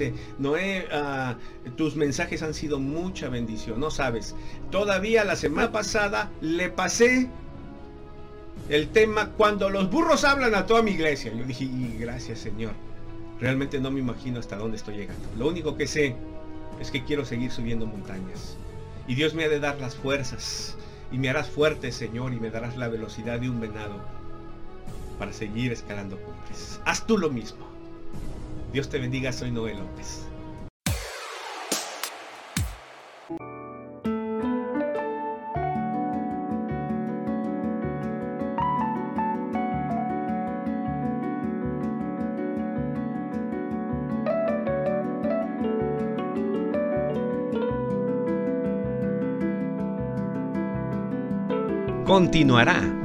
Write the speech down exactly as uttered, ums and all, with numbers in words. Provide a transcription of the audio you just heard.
dice, Noé, uh, tus mensajes han sido mucha bendición, no sabes. Todavía la semana pasada le pasé el tema cuando los burros hablan a toda mi iglesia. Yo dije, y gracias Señor. Realmente no me imagino hasta dónde estoy llegando. Lo único que sé es que quiero seguir subiendo montañas. Y Dios me ha de dar las fuerzas. Y me harás fuerte, Señor, y me darás la velocidad de un venado para seguir escalando cumbres. Haz tú lo mismo. Dios te bendiga, soy Noé López. Continuará.